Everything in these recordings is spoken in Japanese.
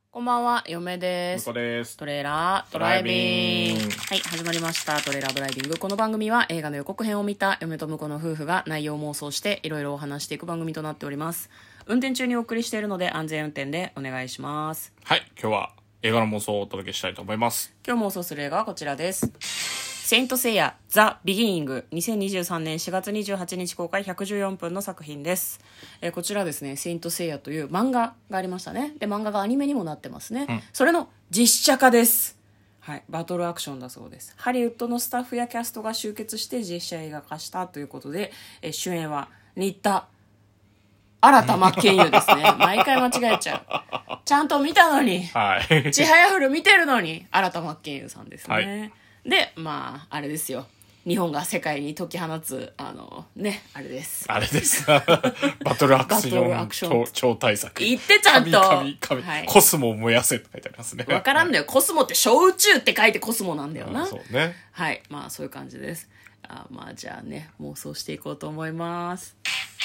こんばんは、嫁です。 向こうです。 トレーラードライビング。はい、始まりました。トレーラードライビング。この番組は映画の予告編を見た嫁と婿の夫婦が内容妄想していろいろお話していく番組となっております。運転中にお送りしているので安全運転でお願いします。 はい、今日は映画の妄想をお届けしたいと思います。 今日妄想する映画はこちらです。セイントセイヤザ・ビギニング、2023年4月28日公開114分の作品です。こちらですね、セイントセイヤという漫画がありましたね。で、漫画がアニメにもなってますね。それの実写化です。はい、バトルアクションだそうです。ハリウッドのスタッフやキャストが集結して実写映画化したということで、主演は新田新田真剣佑ですね。毎回間違えちゃう。ちゃんと見たのに、 はい。 ちはやふる見てるのに新田真剣佑さんですね。 はいで、まあ、あれですよ。日本が世界に解き放つ、あれです。 あれです。バトルアクションバトルアクション超大作。 言ってちゃんと神、 はい、 コスモを燃やせって書いてありますね。 わからんだよ。コスモって小宇宙って書いてコスモなんだよな。 そうね。 はい。まあ、そういう感じです。まあ、じゃあね、妄想していこうと思います。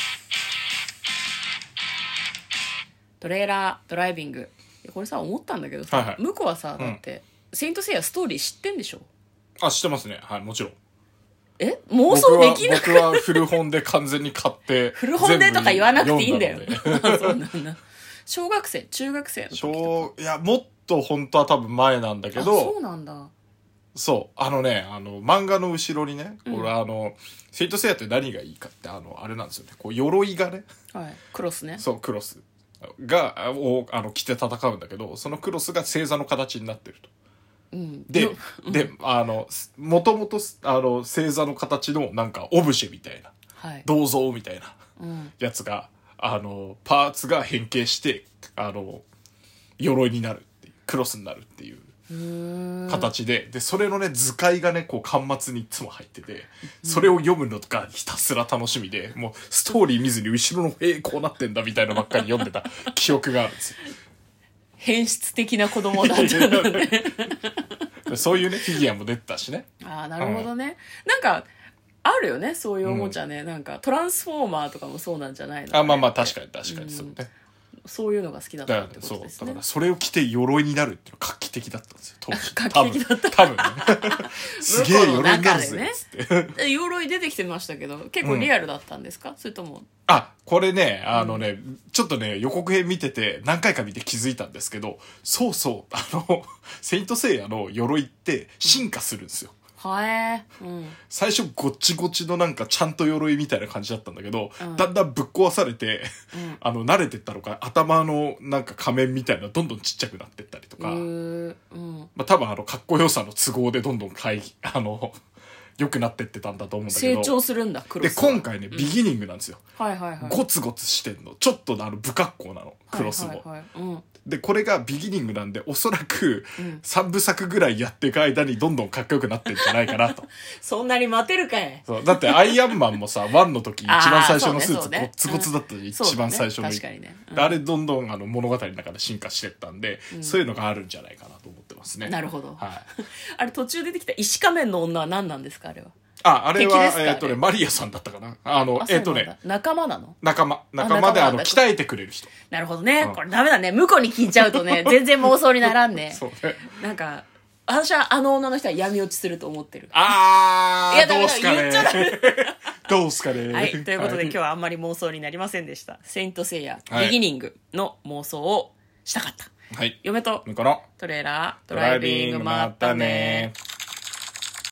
トレーラードライビング。これさ、思ったんだけどさ、 はいはい向こうはさ、だって、セイントセイヤストーリー知ってんでしょ？ あ、知ってますね。はい、もちろん。 妄想できない？ 僕は古本で完全に買って。 古本でとか言わなくていいんだよ。 あ、 そうなんだ。小学生、中学生の時とか。 いや、もっと本当は多分前なんだけど。 そうなんだ。 そう。漫画の後ろにね、俺セイントセイヤって何がいいかって、あれなんですよね。こう、鎧がね。 はい。クロスね。 そう、クロス。着て戦うんだけど、そのクロスが星座の形になってると。 うん、 で、もともと、星座の形のなんかオブジェみたいな、 はい、 銅像みたいなやつが、パーツが変形して、鎧になるっていう、クロスになるっていう形で、それのね、図解がね、こう、端末にいつも入ってて、それを読むのがひたすら楽しみで、もう、ストーリー見ずに後ろの、こうなってんだみたいなばっかり読んでた記憶があるんですよ。 変質的な子供だったのね。 そういうね、フィギュアも出てたしね。 ああ、なるほどね。なんか、あるよね、そういうおもちゃね。なんか、トランスフォーマーとかもそうなんじゃないの？ まあ、確かにそうね。 そういうのが好きだったってことですね。 だからそれを着て鎧になるっていうのは画期的だったんですよ、当時。 画期的だった。 多分ね。すげえ鎧になるぜ、 ね、鎧出てきてましたけど、結構リアルだったんですか？それとも。 これね、ちょっとね、予告編見てて、何回か見て気づいたんですけど、そうそう、セイントセイヤの鎧って進化するんですよ。最初ごっちごちのなんかちゃんと鎧みたいな感じだったんだけど、だんだんぶっ壊されて、慣れてったのか頭のなんか仮面みたいなどんどんちっちゃくなってったりとか、多分かっこよさの都合でどんどん良くなってってたんだと思うんだけど、 成長するんだ、クロスで今回ね、ビギニングなんですよ。ゴツゴツしてんの、ちょっと不格好なの、クロスも。でこれがビギニングなんで、おそらく3部作ぐらいやっていく間にどんどんかっこよくなってんじゃないかなと。 そんなに待てるかい。 そうだってアイアンマンもさ、1の時一番最初のスーツゴッツゴツだったじゃん、一番最初の。 確かにね。 あれどんどん物語の中で進化してったんで、そういうのがあるんじゃないかなと思ってますね。 なるほど。 はい。 あれ途中出てきた石仮面の女は何なんですか、あれは。 あれは、マリアさんだったかな。 仲間なの？ 仲間で鍛えてくれる人。 なるほどね。これダメだね。向こうに聞いちゃうとね、全然妄想にならんね。 そうね。 なんか、私は女の人は闇落ちすると思ってる。 いや、どうすかね。 言っちゃダメ。 どうすかね。 はい。ということで今日はあんまり妄想になりませんでした。セイントセイヤ、ビギニングの妄想をしたかった。 はい。 嫁と向こうのトレーラードライビング、まったね。